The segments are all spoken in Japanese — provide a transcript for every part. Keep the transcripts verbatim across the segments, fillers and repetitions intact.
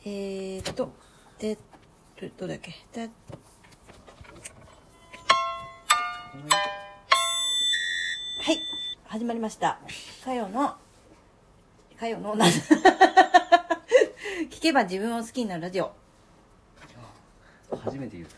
えーっとでどうだっけだはい始まりました。かよのかよのな聞けば自分を好きになるラジオ。 初めて言った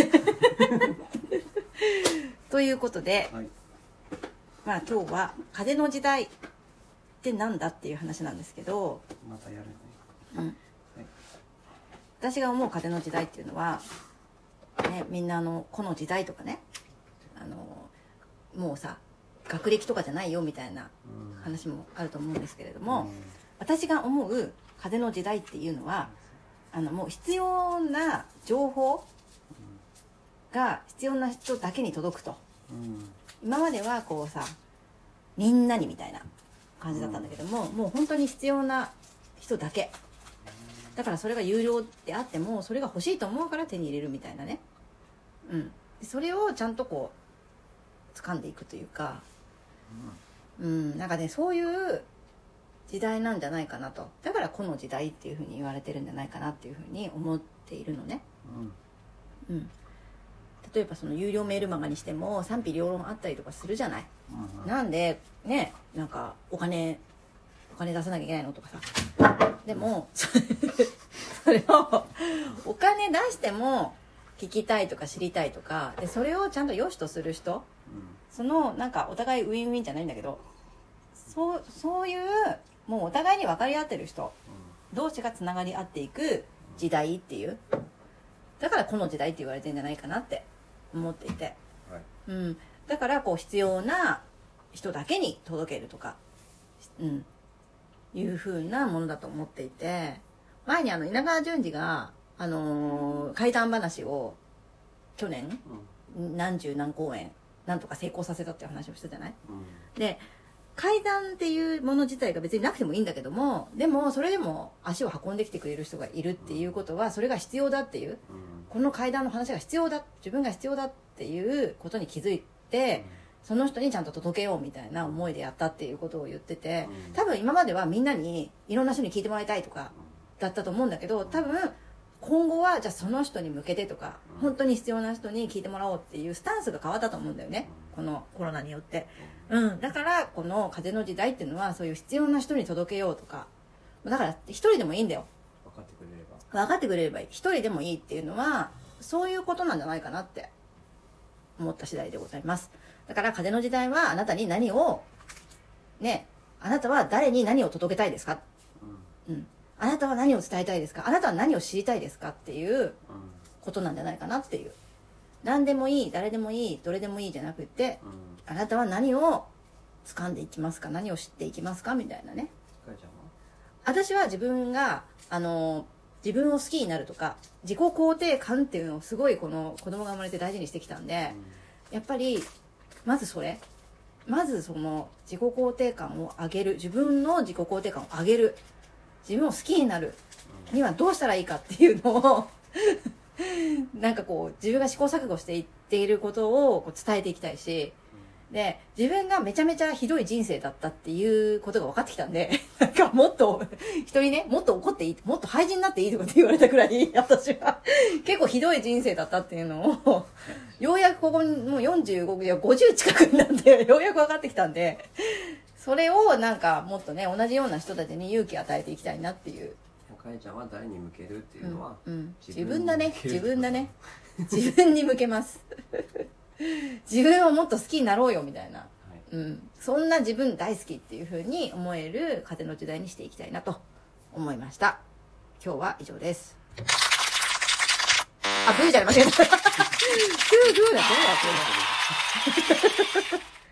ということで、 はい、 まあ今日は風の時代ってなんだっていう話なんですけど、 またやるね。 うん、 はい、 私が思う風の時代っていうのは、ね、みんなあのこの時代とかね、あのもうさ学歴とかじゃないよみたいな話もあると思うんですけれども、うん、私が思う風の時代っていうのは、あのもう必要な情報が必要な人だけに届くと、うん、今まではこうさみんなにみたいな感じだったんだけども、うん、もう本当に必要な人だけだから、それが有料であってもそれが欲しいと思うから手に入れるみたいなね、うん、それをちゃんとこう掴んでいくというか、うん、なんかねそういう時代なんじゃないかなと。だからこの時代っていう風に言われてるんじゃないかなっていう風に思っているのね、うんうん、例えばその有料メールマガにしても賛否両論あったりとかするじゃない、うん、なんでねなんかお金お金出さなきゃいけないのとかさ。でもそれをお金出しても聞きたいとか知りたいとかで、それをちゃんと良しとする人、うん、そのなんかお互いウィンウィンじゃないんだけど、そう、そういうもうお互いに分かり合ってる人、うん、同士がつながり合っていく時代っていう、だからこの時代って言われてるんじゃないかなって思っていて、はい、うん、だからこう必要な人だけに届けるとか、うんいう風なものだと思っていて、前にあの稲川淳二が、あのー、怪談話を去年、うん、何十何公演なんとか成功させたっていう話をしたじゃない、うん、で怪談っていうもの自体が別になくてもいいんだけども、でもそれでも足を運んできてくれる人がいるっていうことはそれが必要だっていう、うん、この怪談の話が必要だ、自分が必要だっていうことに気づいて、うんその人にちゃんと届けようみたいな思いでやったっていうことを言ってて、多分今まではみんなにいろんな人に聞いてもらいたいとかだったと思うんだけど、多分今後はじゃあその人に向けてとか本当に必要な人に聞いてもらおうっていうスタンスが変わったと思うんだよね、このコロナによって、うん、だからこの風の時代っていうのはそういう必要な人に届けようとか、だから一人でもいいんだよ、 分かってくれれば分かってくれればいい、一人でもいいっていうのはそういうことなんじゃないかなって思った次第でございます。だから風の時代はあなたに何をね、あなたは誰に何を届けたいですか、うんうん、あなたは何を伝えたいですか、あなたは何を知りたいですかっていうことなんじゃないかなっていう、何でもいい誰でもいいどれでもいいじゃなくて、うん、あなたは何を掴んでいきますか、何を知っていきますかみたいなね。私は自分があの自分を好きになるとか自己肯定感っていうのをすごいこの子供が生まれて大事にしてきたんで、うん、やっぱりまずそれまずその自己肯定感を上げる、自分の自己肯定感を上げる、自分を好きになるにはどうしたらいいかっていうのをなんかこう自分が試行錯誤していっていることをこう伝えていきたいし、で自分がめちゃめちゃひどい人生だったっていうことが分かってきたんで、なんかもっと人にねもっと怒っていい、もっと廃人になっていいとかって言われたくらい私は結構ひどい人生だったっていうのをようやくここにもうよんじゅうごいやごじゅう近くになってようやく分かってきたんで、それをなんかもっとね同じような人たちに勇気を与えていきたいなっていう。 かえちゃんは誰に向けるっていうのは、 うんうん、自分だね、自分だね自分に向けます自分をもっと好きになろうよみたいな、はいうん、そんな自分大好きっていう風に思える風の時代にしていきたいなと思いました。今日は以上です。あ、ブーじゃありません。ブーブーだ、ブーだ、ブーだ。